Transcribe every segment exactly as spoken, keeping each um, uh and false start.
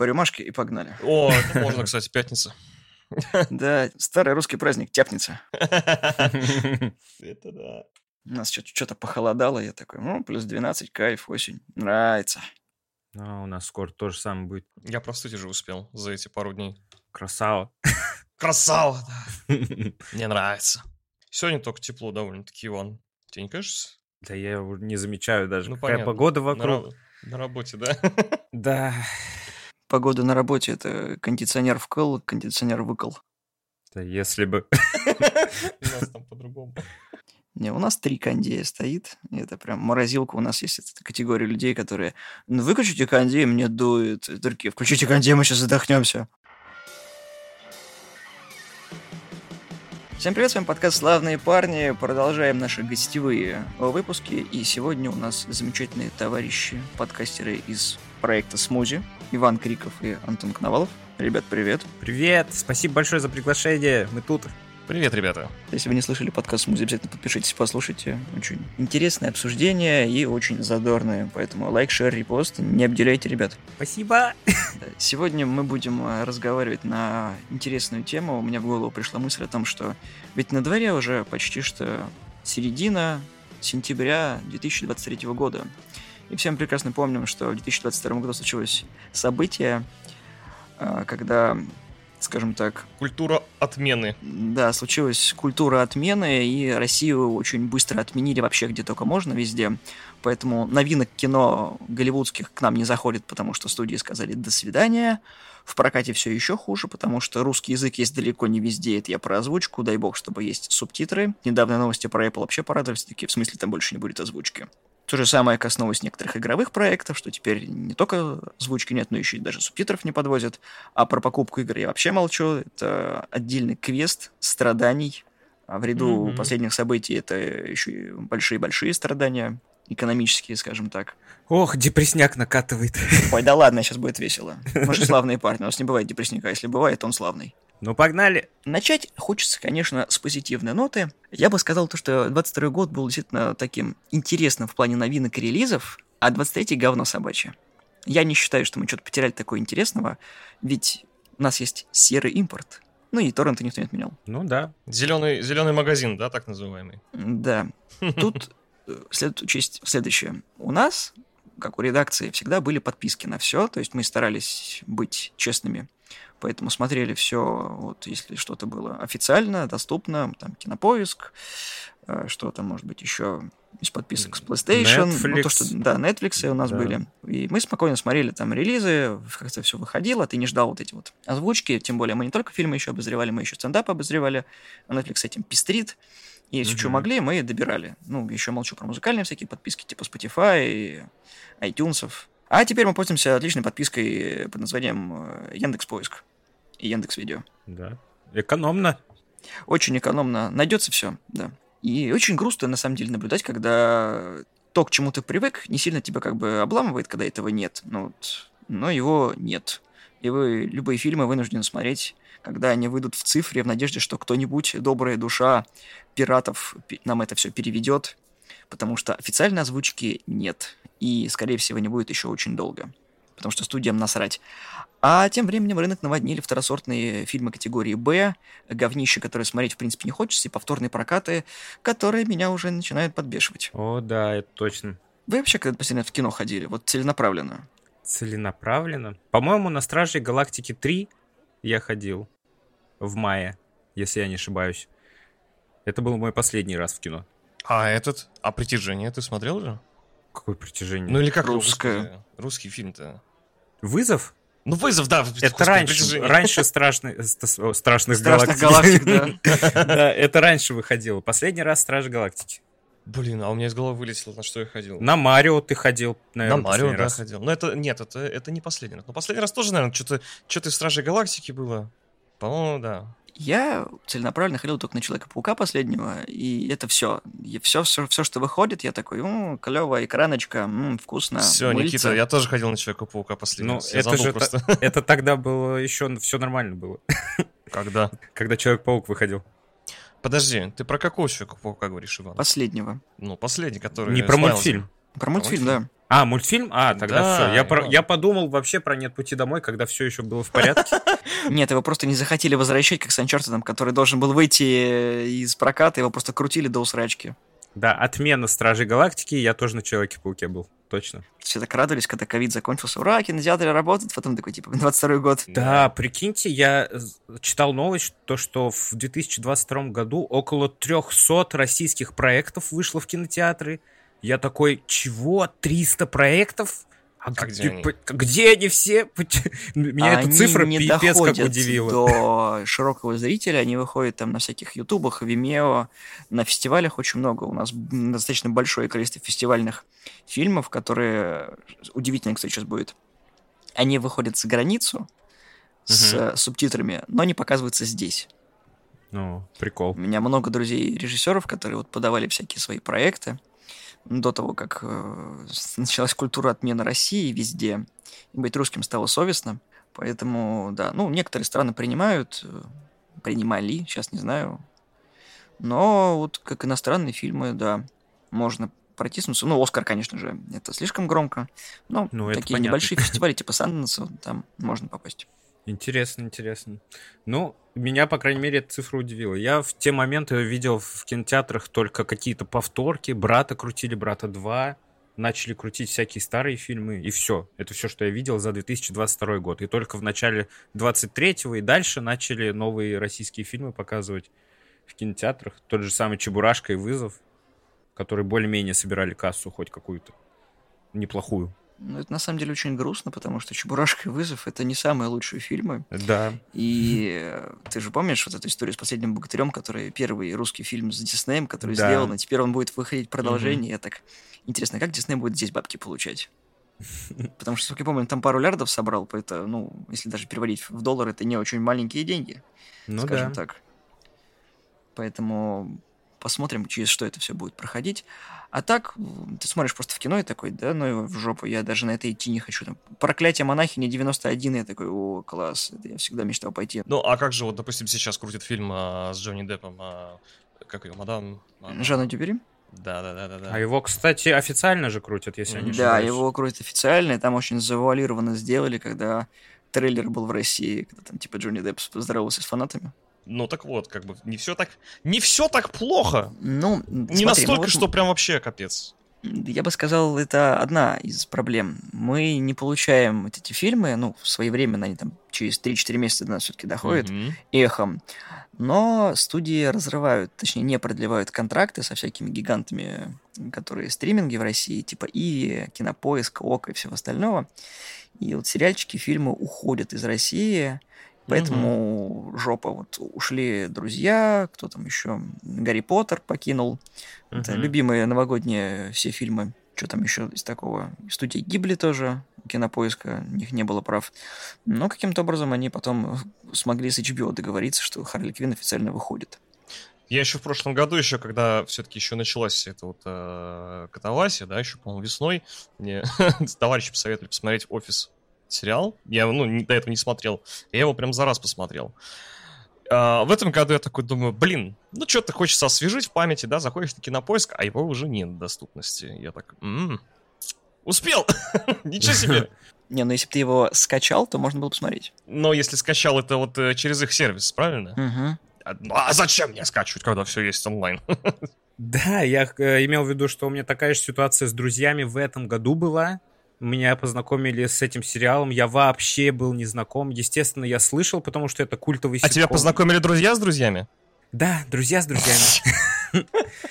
по рюмашке и погнали. О, это можно, кстати, пятница. Да, старый русский праздник, тяпница. Это да. У нас что-то похолодало, я такой, ну, плюс двенадцать, кайф, осень, нравится. А у нас скоро то же самое будет. Я простыть уже успел за эти пару дней. Красава. Красава, да. Мне нравится. Сегодня только тепло довольно-таки, Иван. Тебе не кажется? Да я его не замечаю даже, Ну, какая понятно. погода На, вокруг. ра- на работе, да? Да. Погода на работе — это кондиционер вкл, кондиционер выкл. Да если бы. У нас там по-другому. Не, у нас три кондея стоит. И это прям морозилка. У нас есть эта категория людей, которые... Ну, выключите кондей, мне дует. И другие, включите кондей, мы сейчас задохнемся. Всем привет, с вами подкаст «Славные парни». Продолжаем наши гостевые выпуски. И сегодня у нас замечательные товарищи, подкастеры из проекта «Смузи». Иван Криков и Антон Коновалов. Ребят, привет. Привет, спасибо большое за приглашение. Мы тут. Привет, ребята. Если вы не слышали подкаст «Смузи», обязательно подпишитесь, послушайте. Очень интересное обсуждение и очень задорное. Поэтому лайк, шер, репост. Не обделяйте, ребят. Спасибо. Сегодня мы будем разговаривать на интересную тему. У меня в голову пришла мысль о том, что ведь на дворе уже почти что середина сентября две тысячи двадцать третьего года. И все мы прекрасно помним, что в две тысячи двадцать втором году случилось событие, когда, скажем так... Культура отмены. Да, случилась культура отмены, и Россию очень быстро отменили вообще где только можно, везде. Поэтому новинок кино голливудских к нам не заходит, потому что студии сказали «до свидания». В прокате все еще хуже, потому что русский язык есть далеко не везде. Это я про озвучку, дай бог, чтобы есть субтитры. Недавно новости про Apple вообще порадовались, такие, в смысле, там больше не будет озвучки. То же самое коснулось некоторых игровых проектов, что теперь не только озвучки нет, но еще и даже субтитров не подвозят. А про покупку игр я вообще молчу. Это отдельный квест страданий. А в ряду mm-hmm. последних событий это еще и большие-большие страдания, экономические, скажем так. Ох, депресняк накатывает. Ой, да ладно, сейчас будет весело. Мы же славные парни, у нас не бывает депресняка. Если бывает, он славный. Ну, погнали. Начать хочется, конечно, с позитивной ноты. Я бы сказал, то, что двадцать второй год был действительно таким интересным в плане новинок и релизов, а двадцать третий говно собачье. Я не считаю, что мы что-то потеряли такого интересного, ведь у нас есть серый импорт. Ну и торренты никто не отменял. Ну да. Зеленый, зеленый магазин, да, так называемый? Да. Тут следует учесть следующее. У нас, как у редакции, всегда были подписки на все, то есть мы старались быть честными. Поэтому смотрели все, вот если что-то было официально, доступно, там Кинопоиск, что там, может быть, еще из подписок с PlayStation. Netflix. Ну, то, что, да, Netflix у нас да. были. И мы спокойно смотрели там релизы, как это все выходило, ты не ждал вот эти вот озвучки, тем более мы не только фильмы еще обозревали, мы еще стендап обозревали, а Netflix этим пестрит. И если mm-hmm. что могли, мы добирали. Ну, еще молчу про музыкальные всякие подписки, типа Spotify, iTunes. А теперь мы пользуемся отличной подпиской под названием Яндекс.Поиск и Яндекс.Видео. Да. Экономно. Очень экономно. Найдется все, да. И очень грустно, на самом деле, наблюдать, когда то, к чему ты привык, не сильно тебя как бы обламывает, когда этого нет. Ну, вот, но его нет. И вы любые фильмы вынуждены смотреть, когда они выйдут в цифре, в надежде, что кто-нибудь, добрая душа пиратов, нам это все переведет. Потому что официальной озвучки нет. И, скорее всего, не будет еще очень долго. Потому что студиям насрать. А тем временем рынок наводнили второсортные фильмы категории «Б», говнище, которое смотреть, в принципе, не хочется, и повторные прокаты, которые меня уже начинают подбешивать. О, да, это точно. Вы вообще когда последний раз в кино ходили? Вот целенаправленно? Целенаправленно? По-моему, на «Стражей Галактики три» я ходил в мае, если я не ошибаюсь. Это был мой последний раз в кино. А этот? А «Притяжение» ты смотрел же? Какое «Притяжение»? Ну или как? Русское. Русский фильм-то. «Вызов»? Ну, «Вызов», да. Это господи, раньше, раньше страшных, страшных, Страшных галактик. галактик, да. Да, это раньше выходило. Последний раз «Стражи Галактики». Блин, а у меня из головы вылетело, на что я ходил. На «Марио» ты ходил, наверное, На «Марио», да, раз. ходил. Но это, нет, это, это не последний раз. Но последний раз тоже, наверное, что-то, что-то в «Страже Галактики» было. По-моему, да. Я целенаправленно ходил только на Человека-паука последнего, и это все. Все, все, все, что выходит, я такой, ну, клевая экраночка, м, вкусно. Все, мыльца. Никита, я тоже ходил на Человека-паука последний Ну, раз. Я это забыл же просто. та- это тогда было еще все нормально было, Когда? когда Человек-паук выходил. Подожди, ты про какого Человека-паука говоришь, Иван? Последнего. Ну, последний, который... Не про с Майлзом. мультфильм. Про мультфильм, да. А, мультфильм? А, тогда Да, все. Я, про- ладно. я подумал вообще про «Нет пути домой», когда все еще было в порядке. Нет, его просто не захотели возвращать, как с Uncharted, который должен был выйти из проката, его просто крутили до усрачки. Да, отмена «Стражей Галактики», я тоже на Человеке-пауке был, точно. Все так радовались, когда ковид закончился. Ура, кинотеатры работают, потом такой, типа, двадцать второй год. Да, прикиньте, я читал новость, то, что в две тысячи двадцать втором году около триста российских проектов вышло в кинотеатры. Я такой, чего? триста проектов? А, А где, где они? по- где они все? Меня эта Они цифра не пипец как доходят удивила. до широкого зрителя, они выходят там на всяких ютубах, Vimeo, на фестивалях очень много. У нас достаточно большое количество фестивальных фильмов, которые, удивительно, кстати, сейчас будет, они выходят за границу с Мгм. субтитрами, но не показываются здесь. Ну, прикол. У меня много друзей-режиссеров, которые вот подавали всякие свои проекты до того, как э, с- началась культура отмены России везде, и быть русским стало совестно. Поэтому, да, ну, некоторые страны принимают, э, принимали, сейчас не знаю. Но вот как иностранные фильмы, да, можно протиснуться. Ну, Оскар, конечно же, это слишком громко. Но Ну, это такие понятно. небольшие фестивали типа Санденса, там можно попасть. Интересно, интересно. Ну, меня, по крайней мере, эта цифра удивила. Я в те моменты видел в кинотеатрах только какие-то повторки. «Брата» крутили, «Брата два». Начали крутить всякие старые фильмы, и все. Это все, что я видел за две тысячи двадцать второй год. И только в начале двадцать третьего и дальше начали новые российские фильмы показывать в кинотеатрах. Тот же самый «Чебурашка» и «Вызов», которые более-менее собирали кассу хоть какую-то неплохую. Ну, это на самом деле очень грустно, потому что «Чебурашка» и «Вызов» — это не самые лучшие фильмы. Да. И э, ты же помнишь вот эту историю с «Последним богатырем», который первый русский фильм с Диснеем, который Да. сделан, и теперь он будет выходить продолжение. Я так... Интересно, как Дисней будет здесь бабки получать? Потому что, сколько я помню, он там пару лярдов собрал, поэтому, ну, если даже переводить в доллар, это не очень маленькие деньги, Ну скажем да. так. Поэтому посмотрим, через что это все будет проходить. А так, м, ты смотришь просто в кино и такой, да, ну его в жопу, я даже на это идти не хочу. Там, «Проклятие монахини девяносто один», я такой, о, класс, это я всегда мечтал пойти. Ну, а как же, вот, допустим, сейчас крутит фильм а, с Джонни Деппом, а, как ее, мадам? мадам? Жанна Дюбери? Да-да-да-да. А его, кстати, официально же крутят, если я не Мгм. Да, ошибаюсь. его крутят официально, и там очень завуалированно сделали, когда трейлер был в России, когда там типа Джонни Депп поздоровался с фанатами. Ну, так вот, как бы, не все так, не все так плохо. Ну, Не смотри, ну настолько, вот что прям вообще капец. я бы сказал, это одна из проблем. Мы не получаем вот эти фильмы, ну, своевременно, они там через три-четыре месяца до нас все-таки доходят Мгм. эхом, но студии разрывают, точнее, не продлевают контракты со всякими гигантами, которые стриминги в России, типа Иви, Кинопоиск, Ока и всего остального. И вот сериальчики, фильмы уходят из России, поэтому жопа. Вот ушли «Друзья», кто там еще, «Гарри Поттер» покинул. Это Мгм. любимые новогодние все фильмы. Что там еще из такого? Студия Гибли тоже, Кинопоиска, у них не было прав. Но каким-то образом они потом смогли с эйч би о договориться, что Харли Квинн официально выходит. Я еще в прошлом году, еще когда все-таки еще началась эта вот э, катавасия, да, еще, по-моему, весной, мне товарищи посоветовали посмотреть «Офис» сериал. Я, ну, не- до этого не смотрел. Я его прям за раз посмотрел. А, в этом году я такой думаю, блин, ну что-то хочется освежить в памяти, да, заходишь на Кинопоиск, а его уже нет в доступности. Я так, м-м, успел! Ничего себе! Не, ну если бы ты его скачал, то можно было посмотреть. Но если скачал это вот э, через их сервис, правильно? Угу. А, ну, а зачем мне скачивать, когда все есть онлайн? Да, я э, имел в виду, что у меня такая же ситуация с «Друзьями» в этом году была. Меня познакомили с этим сериалом, я вообще был не знаком. Естественно, я слышал, потому что это культовый А ситком. тебя познакомили друзья с друзьями? Да, «Друзья с друзьями».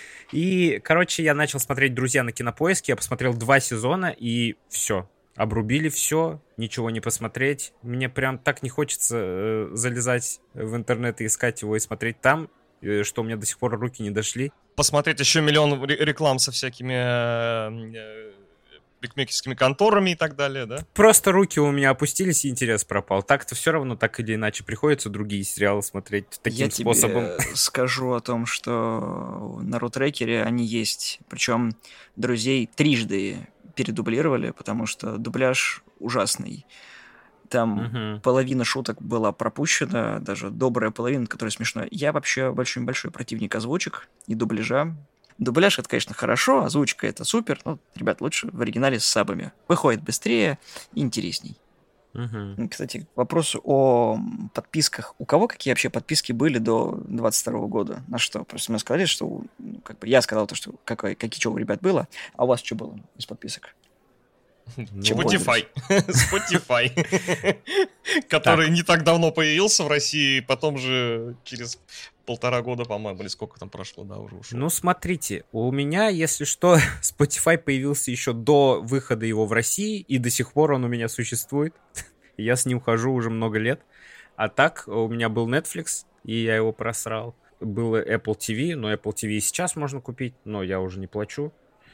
И, короче, я начал смотреть «Друзья» на Кинопоиске, я посмотрел два сезона, и все. Обрубили все, ничего не посмотреть. Мне прям так не хочется э, залезать в интернет и искать его и смотреть там, э, что у меня до сих пор руки не дошли. Посмотреть еще миллион ре- реклам со всякими э, э, букмекерскими конторами и так далее, да? Просто руки у меня опустились, и интерес пропал. Так-то все равно, так или иначе, приходится другие сериалы смотреть таким Я способом. тебе скажу о том, что на Рутрекере они есть. Причем «Друзей» трижды передублировали, потому что дубляж ужасный. Там Мгм. половина шуток была пропущена, даже добрая половина, которая смешная. Я вообще большой-большой противник озвучек и дубляжа. Дубляж — это, конечно, хорошо, озвучка — это супер, но, ребят, лучше в оригинале с сабами. Выходит быстрее и интересней. Угу. Кстати, к вопросу о подписках. У кого какие вообще подписки были до двадцать второго года? На что? Просто мы сказали, что ну, как бы я сказал то, что какой, какие что у ребят было, а у вас что было из подписок? Spotify. Spotify. Который не так давно появился в России, потом же через полтора года, по-моему, или сколько там прошло, да, уже ушел. Ну, смотрите, у меня, если что, Spotify появился еще до выхода его в России, и до сих пор он у меня существует. Я с ним хожу уже много лет. А так, у меня был Netflix, и я его просрал. Был Apple ти ви, но Apple ти ви и сейчас можно купить, но я уже не плачу.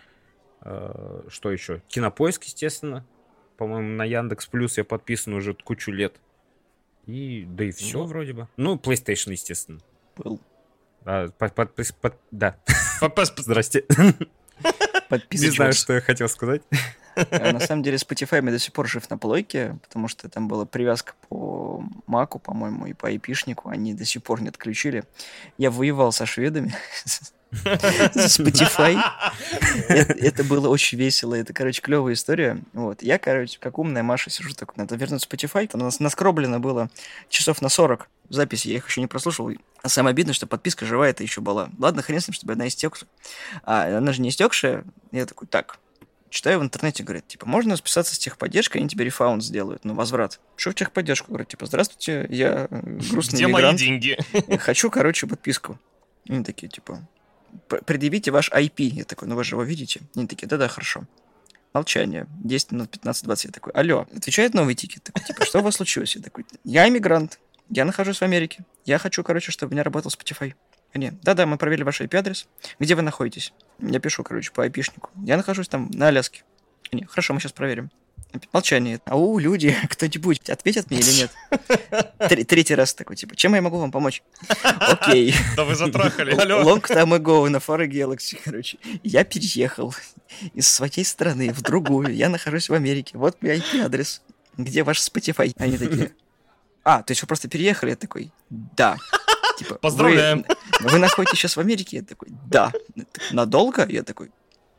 Что еще? Кинопоиск, естественно. По-моему, на Яндекс Плюс я подписан уже кучу лет. И да и все ну. вроде бы. Ну, PlayStation, естественно. Был. А, под, под, под, да. Здрасте. Не знаю, что я хотел сказать. На самом деле Spotify до сих пор жив на плойке, потому что там была привязка по Маку, по-моему, и по айпишнику. Они до сих пор не отключили. Я воевал со шведами за Spotify. это, это было очень весело. Это, короче, клевая история. Вот. Я, короче, как умная Маша, сижу такой, надо вернуть Spotify. Там у нас наскроблено было часов на сорок записи, я их еще не прослушал. А самое обидное, что подписка живая это еще была. Ладно, хрен с ним, чтобы она истекшая. А она же не истекшая. Я такой, так, читаю в интернете, говорят, типа, можно списаться с техподдержкой, они тебе рефаунд сделают, ну, возврат. Что в техподдержку? Говорят, типа, здравствуйте, я грустный Где мигрант. Где мои деньги? Хочу, короче, подписку. Они такие, типа, предъявите ваш ай пи. Я такой, ну вы же его видите? Они такие, да-да, хорошо. Молчание. десять минут, пятнадцать-двадцать. Я такой, алло, отвечает новый тикет. Такой, типа, что у вас случилось? Я такой, я иммигрант, я нахожусь в Америке. Я хочу, короче, чтобы у меня работал Spotify. Они, да-да, мы проверили ваш ай пи-адрес. Где вы находитесь? Я пишу, короче, по айпишнику. Я нахожусь там на Аляске. Они, хорошо, мы сейчас проверим. Молчание. Ау, люди, кто-нибудь ответят мне или нет? Тр- третий раз такой, типа, чем я могу вам помочь? Окей. Да вы затрахали, алло. Long time ago на Far Galaxy, короче. Я переехал из своей страны в другую. Я нахожусь в Америке. Вот мой ай пи-адрес. Где ваш Spotify? Они такие, а, то есть вы просто переехали? Я такой, да. Типа, поздравляем. Вы, вы находитесь сейчас в Америке? Я такой, да. Надолго? Я такой,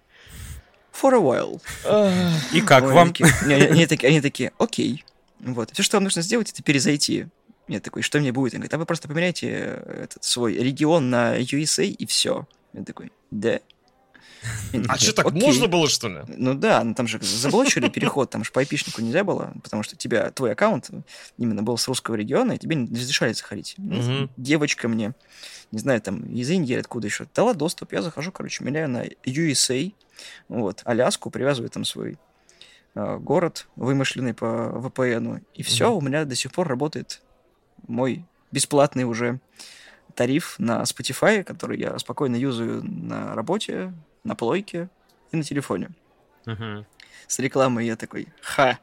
for a while. И как Ой, вам? Они такие, они, они, такие, они такие, окей. Вот. Все, что вам нужно сделать, это перезайти. Я такой, что мне будет? Он говорит, а вы просто поменяйте этот свой регион на ю эс эй и все. Я такой, да. А что, так можно было, что ли? Ну да, ну там же заблочили переход, там же по айпишнику нельзя было, потому что тебя, твой аккаунт именно был с русского региона, и тебе не разрешали заходить. Ну, девочка мне, не знаю, там, из Индии или откуда еще, дала доступ, я захожу, короче, меняю на ю эс эй, вот, Аляску, привязываю там свой э, город, вымышленный по ви пи эн, и все, у меня до сих пор работает мой бесплатный уже тариф на Spotify, который я спокойно юзаю на работе, на плойке и на телефоне. Uh-huh. С рекламой я такой, ха.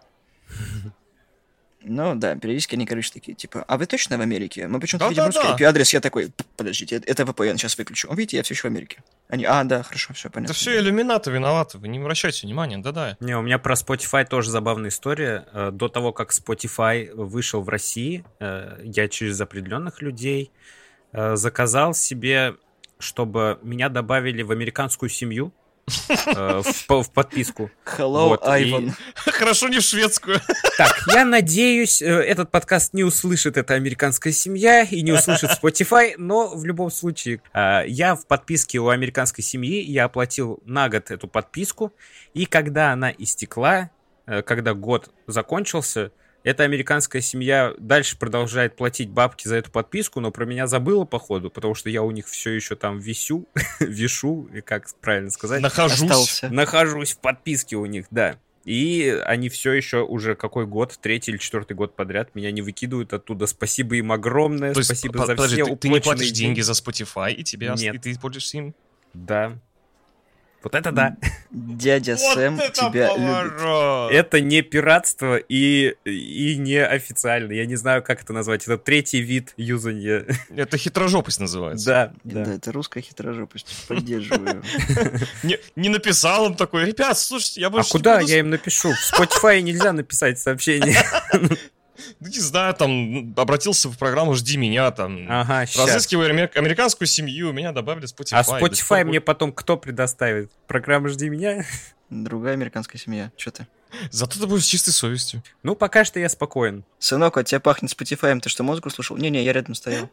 Ну да, периодически они, короче, такие, типа, а вы точно в Америке? Мы почему-то видим русский ай пи-адрес. Я такой, подождите, это ви пи эн, сейчас выключу. Видите, я все еще в Америке. Они, а, да, хорошо, все, понятно. Да все, иллюминаты виноваты, вы не обращайте внимания, да-да. Не, у меня про Spotify тоже забавная история. До того, как Spotify вышел в России, я через определенных людей заказал себе, чтобы меня добавили в американскую семью э, в, в подписку. Hello, вот, Айван. И... Хорошо, не в шведскую. Так, я надеюсь, этот подкаст не услышит эта американская семья и не услышит Spotify, но в любом случае, я в подписке у американской семьи, я оплатил на год эту подписку, и когда она истекла, когда год закончился, эта американская семья дальше продолжает платить бабки за эту подписку, но про меня забыла, походу, потому что я у них все еще там висю, вишу, и как правильно сказать? Нахожусь. Остался. Нахожусь в подписке у них, да. И они все еще уже какой год, третий или четвертый год подряд меня не выкидывают оттуда. Спасибо им огромное, То есть, спасибо по- за подожди, все ты, уплаченные ты не платишь деньги за Spotify, и, тебе, Нет. и ты пользуешься им? Да. Вот это да. Дядя Сэм тебя любит. Это не пиратство и, и не официально. Я не знаю, как это назвать. Это третий вид юзания. Это хитрожопость называется. Да, да. Да, это русская хитрожопость. Поддерживаю. Не, не написал им такой, ребят, слушайте, я больше... А куда я им напишу? В Spotify нельзя написать сообщение. не знаю, там, обратился в программу «Жди меня», там, ага, разыскивая американскую семью, меня добавили Spotify. А Spotify мне потом кто предоставит? Программа «Жди меня»? Другая американская семья. Что ты? Зато ты будешь с чистой совестью. Ну, пока что я спокоен. Сынок, от тебя пахнет Spotify, ты что, музыку слушал? Не-не, я рядом стоял.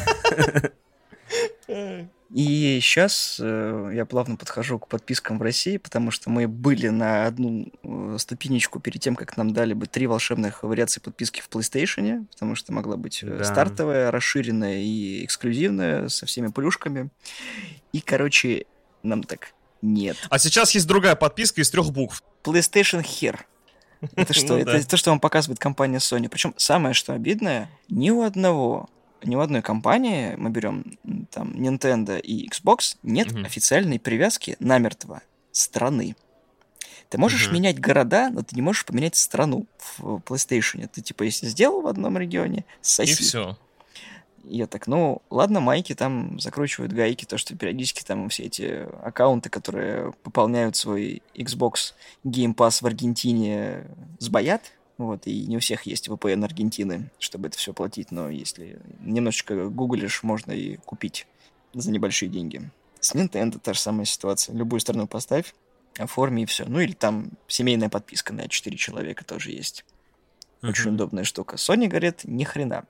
И сейчас э, я плавно подхожу к подпискам в России, потому что мы были на одну э, ступенечку перед тем, как нам дали бы три волшебных вариации подписки в PlayStation, потому что могла быть э, Да. стартовая, расширенная и эксклюзивная со всеми плюшками. И, короче, нам так нет. А сейчас есть другая подписка из трех букв. PlayStation Here. Это что? Ну Это да. то, что вам показывает компания Sony. Причем самое, что обидное, ни у одного, ни у одной компании, мы берем м, там Nintendo и Xbox, нет Мгм. официальной привязки намертво страны. Ты можешь Мгм. менять города, но ты не можешь поменять страну в PlayStation. Ты типа, если сделал в одном регионе, соси. И все. И я так, ну, ладно, майки там закручивают гайки, то, что периодически там все эти аккаунты, которые пополняют свой Xbox Game Pass в Аргентине, сбоят. Вот, и не у всех есть ви пи эн Аргентины, чтобы это все платить, но если немножечко гуглишь, можно и купить за небольшие деньги. С Nintendo та же самая ситуация. Любую страну поставь, оформи и все. Ну или там семейная подписка на четыре человека тоже есть. Очень Мгм. удобная штука. Sony говорит, ни хрена.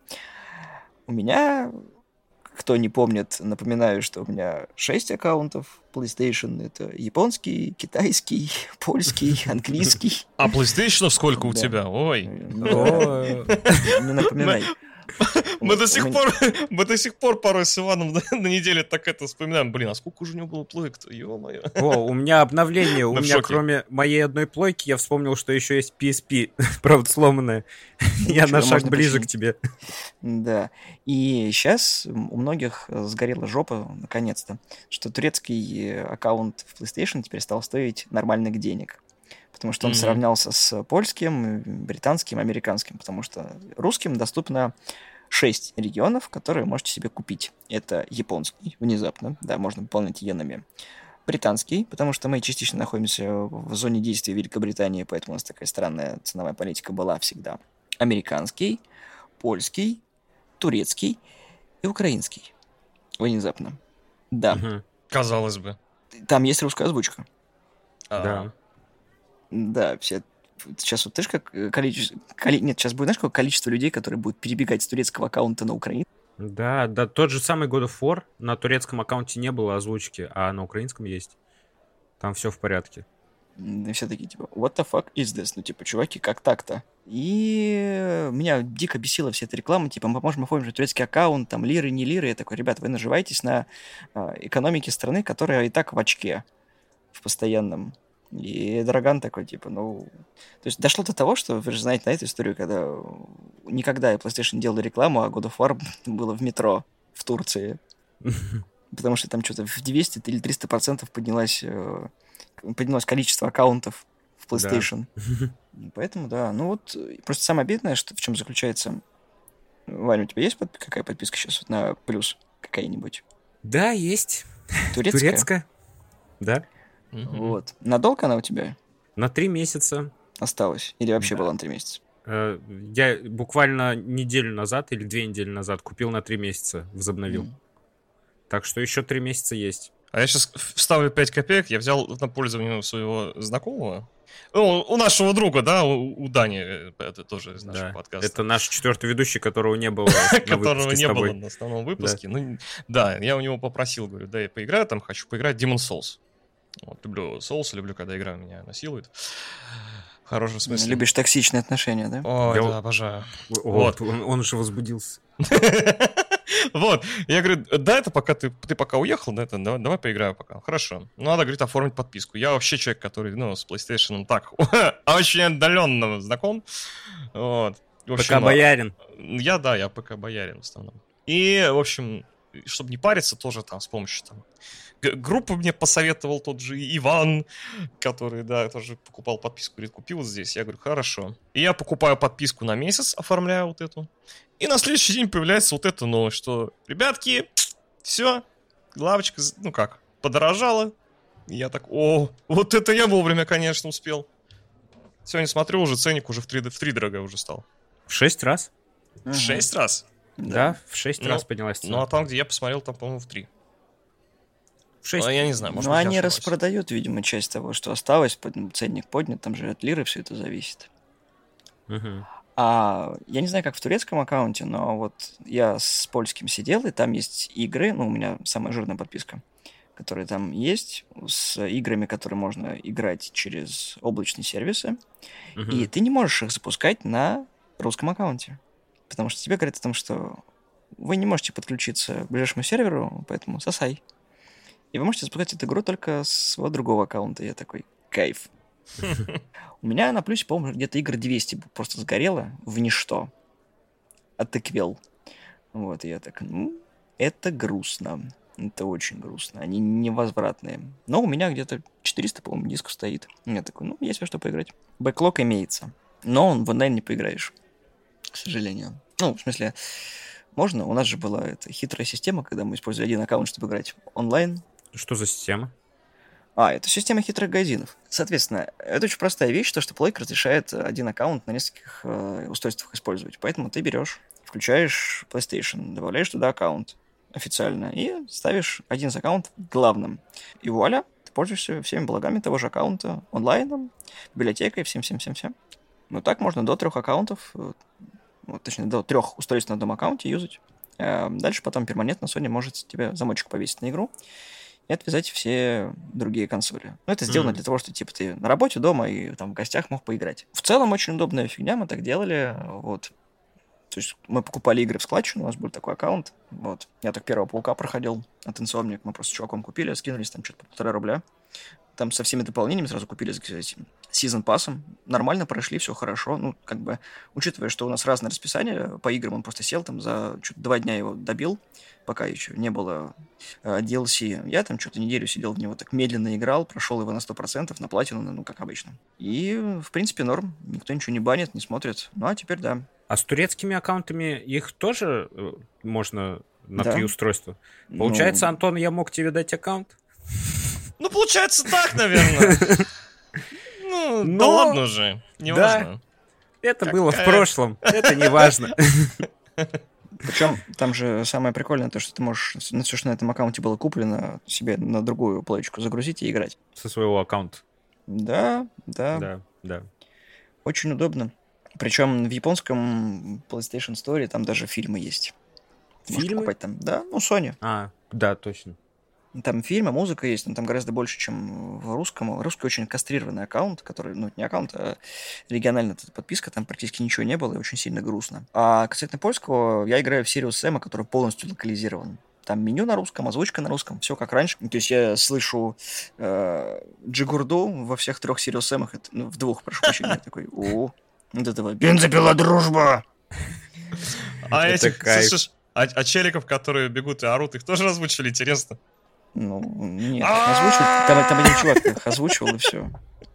У меня, кто не помнит, напоминаю, что у меня шесть аккаунтов PlayStation. Это японский, китайский, польский, английский. А PlayStation сколько у Да. тебя? Ой. Ну, О, не напоминай. Мы Вот, до у сих меня- пор, мы до сих пор порой с Иваном на, на неделе так это вспоминаем. Блин, а сколько уже у него было плойк-то? Ё-моё. О, у меня обновление. У Мы в меня, шоке. кроме моей одной плойки, я вспомнил, что еще есть пи эс пи, правда, сломанная. Я Ничего, на шаг можно ближе к починить. тебе. Да. И сейчас у многих э, сгорела жопа, наконец-то, что турецкий э, аккаунт в PlayStation теперь стал стоить нормальных денег. Потому что он Мгм. сравнялся с польским, британским, американским. Потому что русским доступно шесть регионов, которые можете себе купить. Это японский, внезапно, да, можно пополнять иенами. Британский, потому что мы частично находимся в зоне действия Великобритании, поэтому у нас такая странная ценовая политика была всегда. Американский, польский, турецкий и украинский. Внезапно. Да. Мгм. Казалось бы. Там есть русская озвучка. А, Да. Да, все... Сейчас вот, ты ж как количество... коли- Нет, сейчас будет, знаешь, какое количество людей, которые будут перебегать с турецкого аккаунта на украинский. Да, да, тот же самый God of War на турецком аккаунте не было озвучки, а на украинском есть. Там все в порядке. И все такие, типа, what the fuck is this? Ну, типа, чуваки, как так-то? И меня дико бесила вся эта реклама, типа, мы можем оформить турецкий аккаунт, там, лиры, не лиры. Я такой, ребят, вы наживаетесь на а, экономике страны, которая и так в очке, в постоянном. И Драган такой, типа, ну... То есть дошло до того, что, вы же знаете, на эту историю, когда никогда PlayStation не делала рекламу, а God of War было в метро в Турции. Потому что там что-то в двести или триста процентов поднялась, э, поднялось количество аккаунтов в PlayStation. И поэтому, да. Ну вот, э, просто самое обидное, что в чем заключается... Ваня, у тебя есть подп- какая подписка сейчас вот на плюс какая-нибудь? Да, есть. Турецкая? Турецкая. Да. мгм. Вот. Надолго она у тебя На три месяца. осталась? Или вообще Да. была на три месяца? Э, Я буквально неделю назад или две недели назад купил на три месяца, возобновил. М. Так что еще три месяца есть. А я сейчас вставлю пять копеек. Я взял на пользование у своего знакомого. Ну, у нашего друга, да, у, у Дани, э, это тоже из нашего Да. подкаста. Это наш четвертый ведущий, которого не было на Которого выпуске с не было тобой. на основном выпуске. Ну, да, я у него попросил, говорю, да, я поиграю, там хочу поиграть Demon's Souls. Вот, люблю Souls, люблю, когда игра меня насилует. В хорошем смысле. Любишь токсичные отношения, да? Ой, Я да, вот- обожаю. Вот, он, он уже возбудился. Вот, я говорю, да, это пока ты, ты пока уехал, да, это, давай, давай поиграю пока. Хорошо. Ну, надо, говорит, оформить подписку. Я вообще человек, который, ну, с PlayStation так очень отдаленно знаком. Вот. В общем, Пока боярин. Я, да, я ПК боярин в основном. И, в общем, чтобы не париться, тоже там с помощью там г- группы мне посоветовал тот же Иван, который, да, тоже покупал подписку, говорит, купил вот здесь. Я говорю, хорошо. И я покупаю подписку на месяц, оформляю вот эту. И на следующий день появляется вот эта новость, что, ребятки, все, лавочка, ну как, подорожала. И я так, о, вот это я вовремя, конечно, успел. Сегодня смотрю, уже ценник уже в три, в три дорога уже стал. В шесть раз? В шесть раз? Да, в шесть Ну, раз поднялась цена. Ну, а там, где я посмотрел, там, по-моему, в три. В шесть. А я не знаю, может Ну, быть, я они ошибаюсь. распродают, видимо, часть того, что осталось, под- ценник поднят, там же от лиры все это зависит. Мгм. А я не знаю, как в турецком аккаунте, но вот я с польским сидел, и там есть игры, ну, у меня самая жирная подписка, которые там есть, с играми, которые можно играть через облачные сервисы, Мгм. и ты не можешь их запускать на русском аккаунте, потому что тебе говорят о том, что вы не можете подключиться к ближайшему серверу, поэтому сосай. И вы можете запускать эту игру только с своего другого аккаунта. Я такой, кайф. У меня на плюсе, по-моему, где-то игр двести просто сгорело в ничто. Оттыквел. Вот, и я так, ну, это грустно. Это очень грустно. Они невозвратные. Но у меня где-то четыреста, по-моему, дисков стоит. Я такой, ну, есть во что поиграть. Бэклог имеется. Но он в онлайн не поиграешь. К сожалению. Ну, в смысле, можно. У нас же была эта хитрая система, когда мы использовали один аккаунт, чтобы играть онлайн. Что за система? А, это система хитрых гайдинов. Соответственно, это очень простая вещь, то, что Play разрешает один аккаунт на нескольких э, устройствах использовать. Поэтому ты берешь, включаешь PlayStation, добавляешь туда аккаунт официально и ставишь один из аккаунтов главным. И вуаля, ты пользуешься всеми благами того же аккаунта, онлайном, библиотекой, всем-всем-всем-всем. Ну так можно до трех аккаунтов, э, вот, точнее, до трех устройств на одном аккаунте юзать. Э, дальше потом перманентно Sony может тебе замочек повесить на игру и отвязать все другие консоли. Ну, это сделано Мгм. для того, чтобы, типа, ты на работе, дома и там в гостях мог поиграть. В целом, очень удобная фигня, мы так делали, вот. То есть мы покупали игры в складчину, у нас был такой аккаунт, вот. Я так первого Паука проходил от Insomniac, мы просто с чуваком купили, скинулись там что-то по полтора рубля. Там со всеми дополнениями сразу купили с этим сезон пассом. Нормально прошли, все хорошо. Ну, как бы, учитывая, что у нас разное расписание по играм, он просто сел там за что-то два дня его добил, пока еще не было э, ди эл си. Я там что-то неделю сидел в него так медленно играл, прошел его на сто процентов, на платину, ну, как обычно. И, в принципе, норм. Никто ничего не банит, не смотрит. Ну, а теперь да. А с турецкими аккаунтами их тоже э, можно на Да. три устройства? Получается, Ну, Антон, я мог тебе дать аккаунт? Ну, получается так, наверное. Ну, да Но- ладно уже, не Да. важно. Это было в Какая- прошлом, это не важно. причем там же самое прикольное то, что ты можешь, на все, что на этом аккаунте было куплено, себе на другую плеечку загрузить и играть. Со своего аккаунта. Да, да. Да, да. Очень удобно. Причем в японском PlayStation Store там даже фильмы есть. Можешь Фильмы? покупать там. Да, ну, Sony. А, да, точно. Там фильмы, музыка есть, но там гораздо больше, чем в русском. Русский очень кастрированный аккаунт, который, ну, не аккаунт, а региональная эта подписка, там практически ничего не было, и очень сильно грустно. А касательно польского, я играю в Sirius Sam, который полностью локализирован. Там меню на русском, озвучка на русском, все как раньше. То есть я слышу э, Джигурду во всех трех Sirius Sam'ах, это, ну, в двух, прошу прощения, такой, о, вот этого бензопила дружба. А Это этих, кайф. слышишь, а, а челиков, которые бегут и орут, их тоже озвучили, интересно? Ну, нет, их озвучивать, там, там один чувак их озвучивал, и все.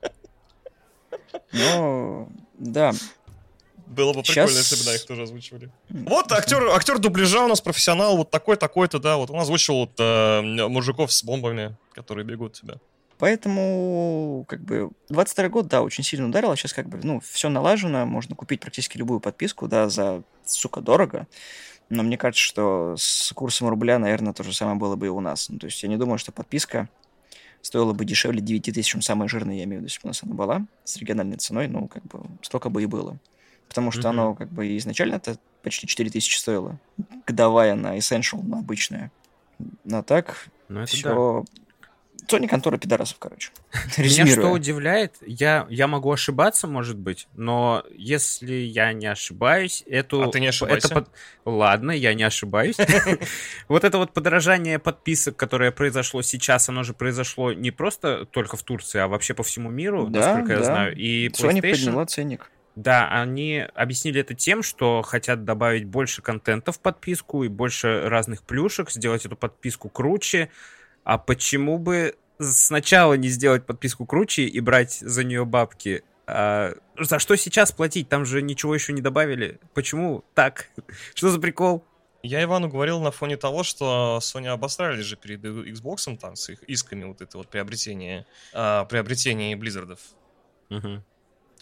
Но, да, Было бы Щас- прикольно, если бы, да, их тоже озвучивали. Вот актер, актер дубляжа у нас профессионал, вот такой, такой-то, да, вот он озвучивал вот, э, мужиков с бомбами, которые бегут тебя. поэтому, как бы, двадцать второй год, да, очень сильно ударил, а сейчас, как бы, ну, все налажено, можно купить практически любую подписку, да, за, сука, дорого, но мне кажется, что с курсом рубля, наверное, то же самое было бы и у нас. Ну, то есть я не думаю, что подписка стоила бы дешевле девять тысяч, чем самая жирная, я имею в виду, если бы у нас она была, с региональной ценой, ну, как бы, столько бы и было. Потому что Мгм. оно, как бы, изначально это почти четыре тысячи стоило, годовая на Essential, на обычная. Но так, Ну, это да. все... Sony контора пидорасов, короче. Меня что Резюмируя. удивляет, я, я могу ошибаться, может быть, но если я не ошибаюсь, эту... А ты не ошибайся. это под- Ладно, я не ошибаюсь. Вот это вот подорожание подписок, которое произошло сейчас, оно же произошло не просто только в Турции, а вообще по всему миру, Да, насколько я да. знаю. И Sony PlayStation... подняла ценник. Да, они объяснили это тем, что хотят добавить больше контента в подписку и больше разных плюшек, сделать эту подписку круче. А почему бы сначала не сделать подписку круче и брать за нее бабки? А за что сейчас платить? Там же ничего еще не добавили. Почему так? Что за прикол? Я Ивану говорил на фоне того, что Sony обосрались же перед Xbox там с их исками вот это вот приобретение, а, приобретение Blizzard'ов. Мгм.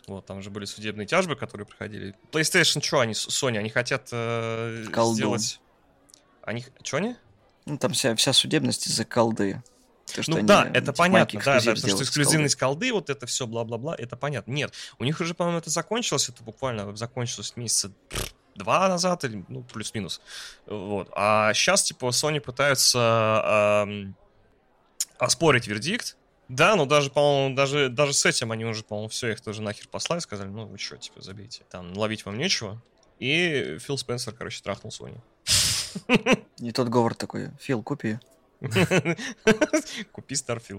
Вот, там же были судебные тяжбы, которые проходили. PlayStation, что они, Sony, они хотят э, сделать... Они... Что они? Ну, там вся, вся судебность из-за колды. То, что ну они, да, это типа, понятно, да, да, потому что с эксклюзивность колды, вот это все, бла-бла-бла, это понятно. Нет, у них уже, по-моему, это закончилось, это буквально закончилось месяца два назад, или, ну, плюс-минус. Вот. А сейчас, типа, Sony пытаются эм, оспорить вердикт. Да, но даже, по-моему, даже, даже с этим они уже, по-моему, все, их тоже нахер послали, сказали, ну, вы что, типа, забейте, там, ловить вам нечего. И Фил Спенсер, короче, трахнул Sony. И тот Говард такой: Фил, купи. Купи Starfield.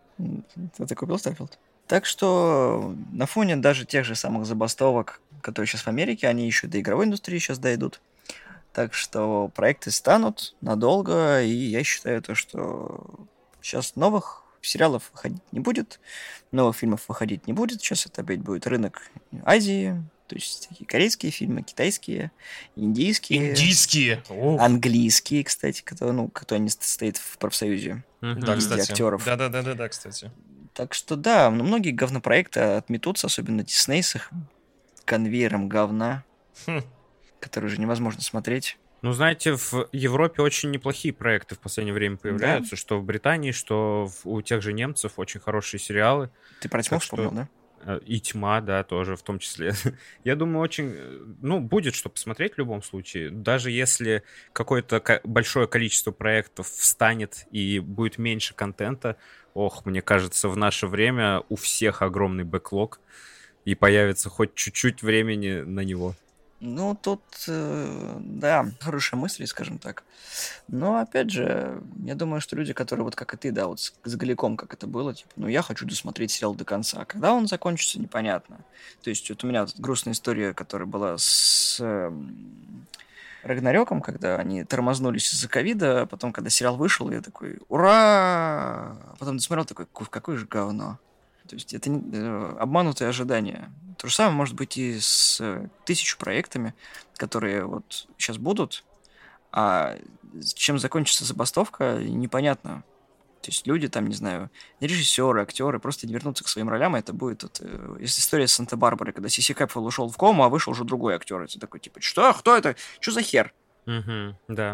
Ты купил Starfield? Так что на фоне даже тех же самых забастовок, которые сейчас в Америке, они еще до игровой индустрии сейчас дойдут. Так что проекты станут надолго, и я считаю то, что сейчас новых сериалов выходить не будет, новых фильмов выходить не будет. Сейчас это опять будет рынок Азии, то есть такие корейские фильмы, китайские, индийские. Индийские! Английские, кстати, кто, ну, кто не стоит в профсоюзе. Mm-hmm. Да, кстати. Актеров. Да-да-да, кстати. Так что да, ну, многие говнопроекты отметутся, особенно Дисней с их конвейером говна, хм. который уже невозможно смотреть. Ну, знаете, в Европе очень неплохие проекты в последнее время появляются, да? Что в Британии, что в, у тех же немцев очень хорошие сериалы. Ты про «Тьму» вспомнил, да? И «Тьма», да, тоже в том числе. Я думаю, очень... Ну, будет что посмотреть в любом случае. Даже если какое-то большое количество проектов встанет и будет меньше контента, ох, мне кажется, в наше время у всех огромный бэклог, и появится хоть чуть-чуть времени на него. Ну, тут, э, да, хорошие мысли, скажем так. Но, опять же, я думаю, что люди, которые вот как и ты, да, вот с, с Голиком, как это было, типа, ну, я хочу досмотреть сериал до конца. Когда он закончится, непонятно. То есть вот у меня вот грустная история, которая была с э, Рагнарёком, когда они тормознулись из-за ковида, а потом, когда сериал вышел, я такой, ура! А потом досмотрел, такой, какое же говно. То есть это не, э, обманутые ожидания. То же самое может быть и с э, тысячу проектами, которые вот сейчас будут, а чем закончится забастовка, непонятно. То есть люди там, не знаю, режиссеры, актеры просто не вернутся к своим ролям, и это будет вот, э, история с Санта-Барбарой, когда Сиси Кэпфелл ушел в кому, а вышел уже другой актер. Это такой, типа, что? Кто это? Что за хер? Угу, да.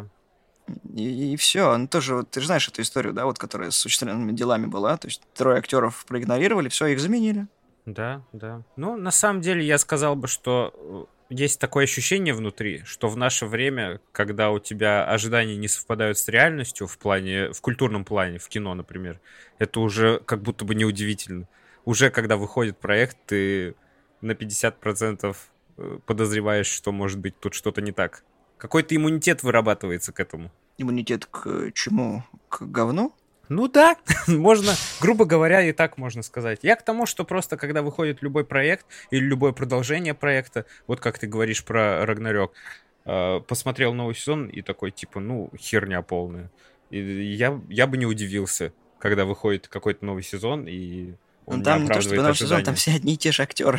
И, и все. Ну, тоже, вот, ты же знаешь эту историю, да, вот, которая с участными делами была. То есть трое актеров проигнорировали, все, их заменили. Да, да. Ну, на самом деле, я сказал бы, что есть такое ощущение внутри, что в наше время, когда у тебя ожидания не совпадают с реальностью в плане, в культурном плане, в кино, например, это уже как будто бы неудивительно. Уже когда выходит проект, ты на пятьдесят процентов подозреваешь, что, может быть, тут что-то не так. Какой-то иммунитет вырабатывается к этому. Иммунитет к чему? К говну? Ну да, можно, грубо говоря, и так можно сказать. Я к тому, что просто когда выходит любой проект или любое продолжение проекта, вот как ты говоришь про Рагнарёк, посмотрел новый сезон и такой, типа, ну, херня полная. И я, я бы не удивился, когда выходит какой-то новый сезон, и он ну, там не не то, чтобы новый сезон, там все одни и те же актеры.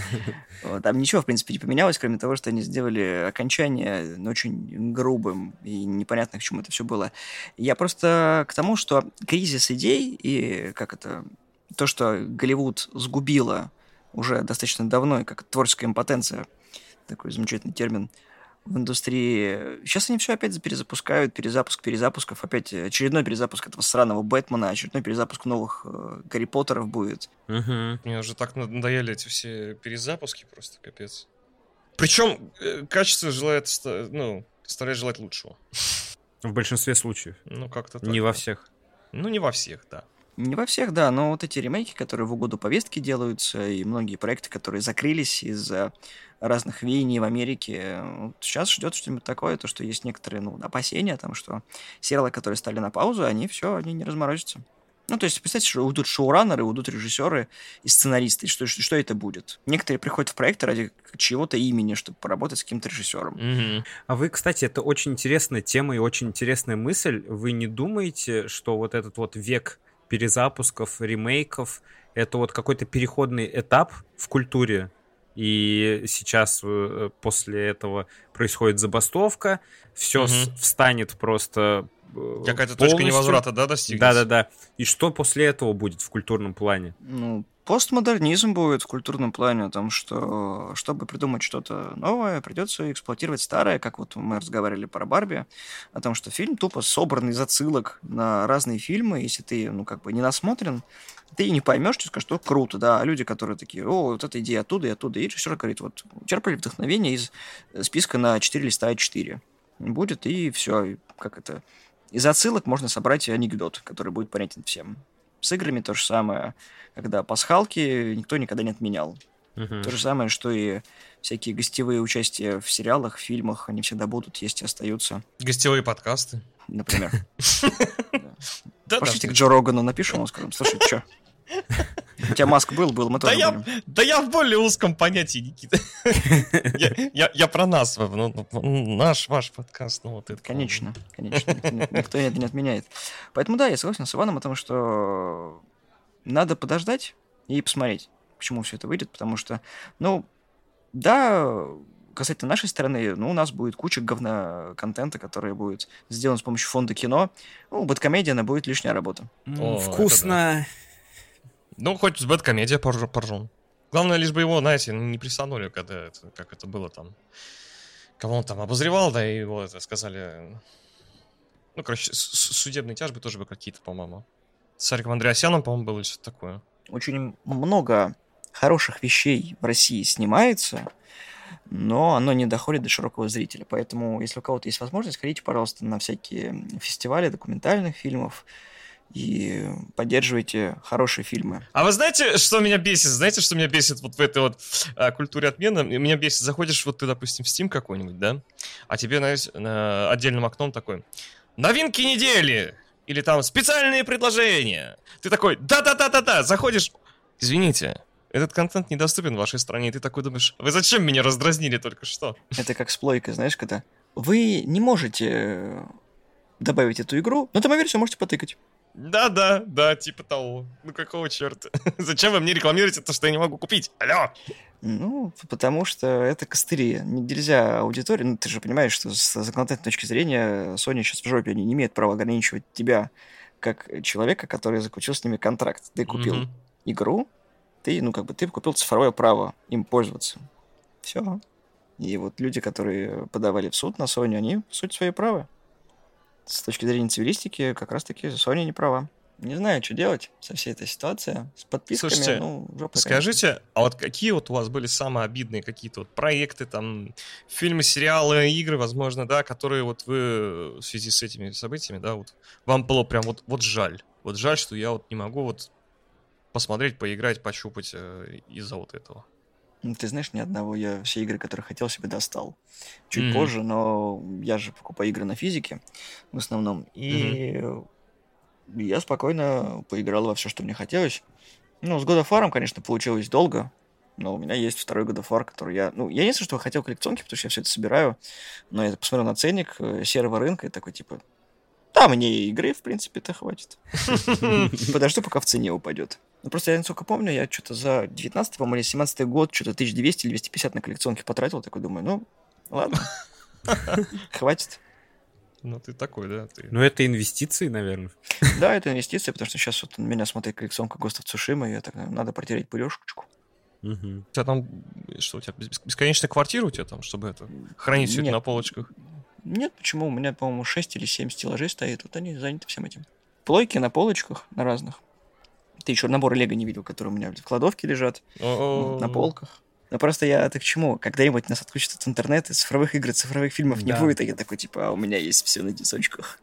Там ничего, в принципе, не поменялось, кроме того, что они сделали окончание очень грубым и непонятно, к чему это все было. Я просто к тому, что кризис идей и как это, то, что Голливуд сгубило уже достаточно давно, и как творческая импотенция, такой замечательный термин, в индустрии. Сейчас они все опять перезапускают, перезапуск перезапусков, опять очередной перезапуск этого сраного Бэтмена, очередной перезапуск новых э, Гарри Поттеров будет. Угу. Мне уже так надоели эти все перезапуски, просто капец. Причем э, качество желает, ну, стараясь желать лучшего. В большинстве случаев. Ну, как-то так. Не да. во всех. Ну, не во всех, да. Не во всех, да, но вот эти ремейки, которые в угоду повестки делаются, и многие проекты, которые закрылись из-за разных веяний в Америке, вот сейчас ждет что-нибудь такое, то, что есть некоторые ну, опасения, там, что сериалы, которые стали на паузу, они все, они не разморозятся. Ну, то есть, представьте, что уйдут шоураннеры, уйдут режиссеры и сценаристы, что, что, что это будет? Некоторые приходят в проекты ради чего-то имени, чтобы поработать с каким-то режиссером. Mm-hmm. А вы, кстати, это очень интересная тема и очень интересная мысль. Вы не думаете, что вот этот вот век перезапусков, ремейков, это вот какой-то переходный этап в культуре, и сейчас после этого происходит забастовка, все mm-hmm. встанет просто какая-то точка невозврата, да, достигнется? Да-да-да. И что после этого будет в культурном плане? Ну, Постмодернизм будет в культурном плане, о том, что чтобы придумать что-то новое, придется эксплуатировать старое, как вот мы разговаривали про Барби, о том, что фильм тупо собран из отсылок на разные фильмы. Если ты, ну, как бы не насмотрен, ты не поймешь, ты скажешь, что круто, да. А люди, которые такие, о, вот эта идея оттуда и оттуда, и режиссер говорит, вот, черпали вдохновение из списка на четыре листа а четыре. Будет, и все, как это... Из отсылок можно собрать анекдот, который будет понятен всем. С играми то же самое, когда пасхалки никто никогда не отменял. Uh-huh. То же самое, что и всякие гостевые участия в сериалах, в фильмах, они всегда будут, есть и остаются. Гостевые подкасты. Например. Пошлите к Джо Рогану, напишем, он скажем, слушай, что? У тебя Маск был, был, мы тоже будем. Да я в более узком понятии, Никита. Я про нас, наш, ваш подкаст. Конечно, конечно, никто это не отменяет. Поэтому да, я согласен с Иваном о том, что надо подождать и посмотреть, к чему все это выйдет, потому что, ну, да, касательно нашей стороны, ну, у нас будет куча говно-контента, который будет сделан с помощью фонда кино. Ну, Бэдкомедия, она будет лишняя работа. Вкусно! Ну, хоть с Бэдкомедия поржун. Главное, лишь бы его, знаете, не присанули, когда это, как это было там. Кого он там обозревал, да, и его это сказали... Ну, короче, судебные тяжбы тоже бы какие-то, по-моему. С Сариком Андреасяном, по-моему, было что-то такое. Очень много хороших вещей в России снимается, но оно не доходит до широкого зрителя. Поэтому, если у кого-то есть возможность, ходите, пожалуйста, на всякие фестивали документальных фильмов, и поддерживайте хорошие фильмы. А вы знаете, что меня бесит? Знаете, что меня бесит вот в этой вот а, культуре отмены? Меня бесит, заходишь вот ты, допустим, в Steam какой-нибудь, да? А тебе, знаете, на отдельным окном такой: новинки недели! Или там специальные предложения! Ты такой: да-да-да-да-да! Заходишь, извините, этот контент недоступен в вашей стране, и ты такой думаешь: вы зачем меня раздразнили только что? Это как с плойкой, знаешь, когда вы не можете добавить эту игру, но там версию можете потыкать. Да-да, да, типа того. Ну какого черта? Зачем вы мне рекламируете то, что я не могу купить? Алло! Ну, потому что это костыри. Нельзя аудитории... Ну, ты же понимаешь, что с законодательной точки зрения Sony сейчас в жопе. Они не имеют права ограничивать тебя как человека, который заключил с ними контракт. Ты купил mm-hmm. игру, ты, ну, как бы, ты купил цифровое право им пользоваться. Все. И вот люди, которые подавали в суд на Sony, они, в сути, свои права. С точки зрения цивилистики, как раз-таки Sony не права. Не знаю, что делать со всей этой ситуацией. С подписками, слушайте, ну, жопа, скажите, конечно. А вот какие вот у вас были самые обидные какие-то вот проекты, там, фильмы, сериалы, игры, возможно, да, которые вот вы в связи с этими событиями, да, вот вам было прям вот, вот жаль. Вот жаль, что я вот не могу вот посмотреть, поиграть, пощупать э, из-за вот этого. Ну, ты знаешь, ни одного. Я все игры, которые хотел, себе достал. Чуть Mm-hmm. позже, но я же покупаю игры на физике в основном. И mm-hmm. я спокойно поиграл во все, что мне хотелось. Ну, с God of War, конечно, получилось долго. Но у меня есть второй God of War, который я... Ну, я единственное, что хотел коллекционки, потому что я все это собираю. Но я посмотрел на ценник серого рынка и такой, типа... Да, мне игры, в принципе-то, хватит. Подожду, пока в цене упадет. Ну, просто я, насколько помню, я что-то за девятнадцатый, по-моему, или семнадцатый год что-то тысяча двести или двести пятьдесят на коллекционке потратил. Такой думаю, ну, ладно, хватит. Ну, ты такой, да? Ты... Ну, это инвестиции, наверное. Да, это инвестиции, потому что сейчас вот на меня смотрит коллекционка Ghost of Tsushima, и я так, надо протереть пылёшечку. Угу. У тебя там, что, у тебя бесконечная квартира у тебя там, чтобы это, хранить все это на полочках? Нет, почему? У меня, по-моему, шесть или семь стеллажей стоит, вот они заняты всем этим. Плойки на полочках, на разных. Ты еще наборы Лего не видел, которые у меня в кладовке лежат, О-о-о. на полках. Но просто я так к чему? Когда-нибудь нас отключат от интернета, цифровых игр, цифровых фильмов да. не будет, и я такой, типа, а у меня есть все на дисочках.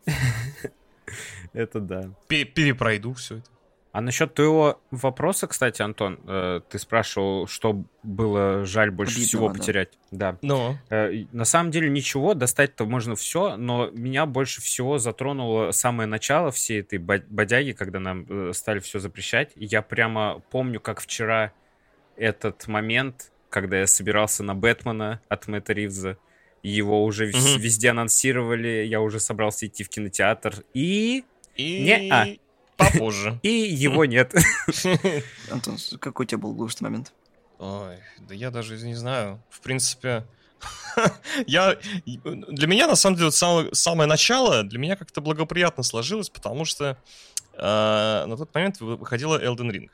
Это да. Перепройду все это. А насчет твоего вопроса, кстати, Антон, э, ты спрашивал, что было жаль больше Обидного, всего потерять. Да. Но. Э, на самом деле ничего, достать-то можно все, но меня больше всего затронуло самое начало всей этой бодяги, когда нам э, стали все запрещать. И я прямо помню, как вчера этот момент, когда я собирался на Бэтмена от Мэтта Ривза, его уже mm-hmm. везде анонсировали, я уже собрался идти в кинотеатр, и... И... Не-а. Попозже. И его нет. Антон, какой у тебя был глупый момент? Ой, да я даже не знаю. В принципе, я... Для меня, на самом деле, самое, самое начало для меня как-то благоприятно сложилось, потому что э, на тот момент выходила Elden Ring.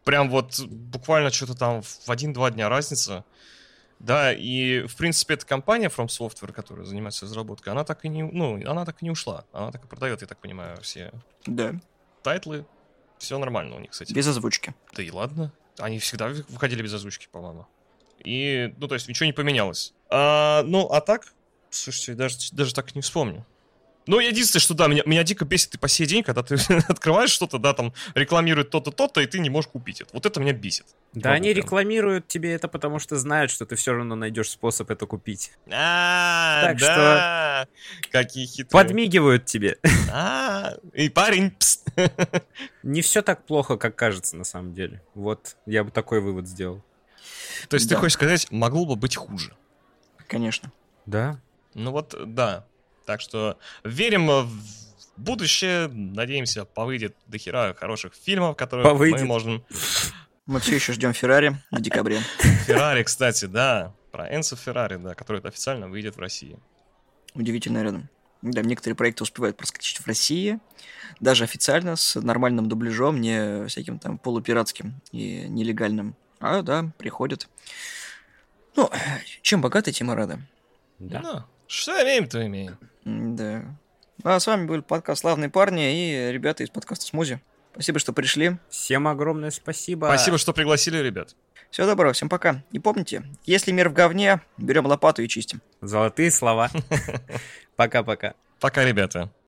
Прям вот буквально что-то там в один-два дня разница. Да, и, в принципе, эта компания From Software, которая занимается разработкой, она так и не, ну, она так и не ушла. Она так и продает, я так понимаю, все Да. тайтлы. Все нормально у них, кстати. Без озвучки. Да и ладно. Они всегда выходили без озвучки, по-моему. И, ну, то есть, ничего не поменялось. А, ну, а так, слушайте, даже, даже так не вспомню. Ну, единственное, что да, меня, меня дико бесит и по сей день, когда ты открываешь что-то, да, там рекламируют то-то, то-то, и ты не можешь купить это. Вот это меня бесит. Да, Могу они прям. рекламируют тебе это, потому что знают, что ты все равно найдешь способ это купить. А, Так да. Какие хитрые. Подмигивают тебе. А, и парень. Пс. Не все так плохо, как кажется на самом деле. Вот, я бы такой вывод сделал. То есть Да. ты хочешь сказать, могло бы быть хуже? Конечно. Да? Ну вот, да. Так что верим в будущее, надеемся, повыйдет до хера хороших фильмов, которые Повыйдет. мы можем... Мы все еще ждем Феррари в декабре. Феррари, кстати, да. Про Энцо Феррари, да, который официально выйдет в России. Удивительно рядом. Да, некоторые проекты успевают проскочить в России, даже официально, с нормальным дубляжом, не всяким там полупиратским и нелегальным. А, да, приходят. Ну, чем богаты, тем и рады. Да. Ну, что имеем, то имеем. Да. А с вами был подкаст «Славные парни» и ребята из подкаста «Смузи». Спасибо, что пришли. Всем огромное спасибо. Спасибо, что пригласили, ребят. Всего доброго, всем пока. И помните, если мир в говне, берем лопату и чистим. Золотые слова. Пока-пока. Пока, ребята.